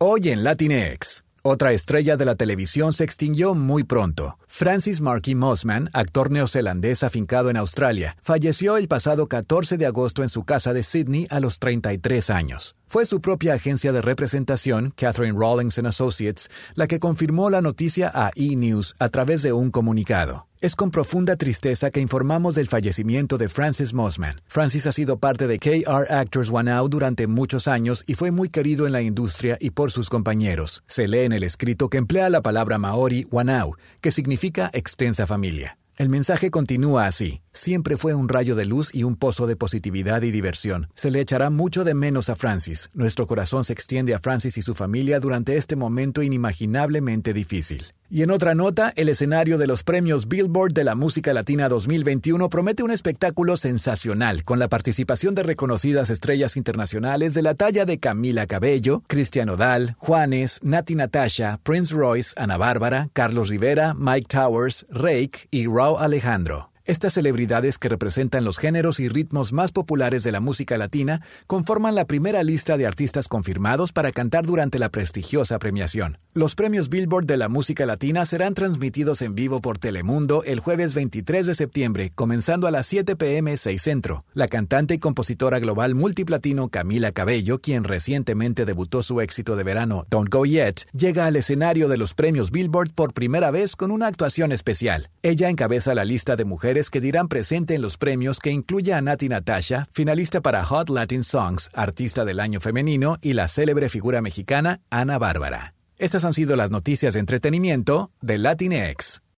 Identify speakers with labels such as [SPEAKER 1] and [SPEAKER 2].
[SPEAKER 1] Hoy en Latinx, otra estrella de la televisión se extinguió muy pronto. Francis Marky Mossman, actor neozelandés afincado en Australia, falleció el pasado 14 de agosto en su casa de Sydney a los 33 años. Fue su propia agencia de representación, Catherine Rawlings and Associates, la que confirmó la noticia a E! News a través de un comunicado. Es con profunda tristeza que informamos del fallecimiento de Francis Mossman. Francis ha sido parte de KR Actors Whānau durante muchos años y fue muy querido en la industria y por sus compañeros. Se lee en el escrito que emplea la palabra maori Whānau, que significa extensa familia. El mensaje continúa así. Siempre fue un rayo de luz y un pozo de positividad y diversión. Se le echará mucho de menos a Francis. Nuestro corazón se extiende a Francis y su familia durante este momento inimaginablemente difícil. Y en otra nota, el escenario de los premios Billboard de la Música Latina 2021 promete un espectáculo sensacional, con la participación de reconocidas estrellas internacionales de la talla de Camila Cabello, Cristian Odal, Juanes, Natti Natasha, Prince Royce, Ana Bárbara, Carlos Rivera, Mike Towers, Rake y Rauw Alejandro. Estas celebridades que representan los géneros y ritmos más populares de la música latina conforman la primera lista de artistas confirmados para cantar durante la prestigiosa premiación. Los premios Billboard de la música latina serán transmitidos en vivo por Telemundo el jueves 23 de septiembre, comenzando a las 7 p.m. 6 Centro. La cantante y compositora global multiplatino Camila Cabello, quien recientemente debutó su éxito de verano Don't Go Yet, llega al escenario de los premios Billboard por primera vez con una actuación especial. Ella encabeza la lista de mujeres que dirán presente en los premios, que incluye a Natti Natasha, finalista para Hot Latin Songs, Artista del Año Femenino, y la célebre figura mexicana Ana Bárbara. Estas han sido las noticias de entretenimiento de Latinx.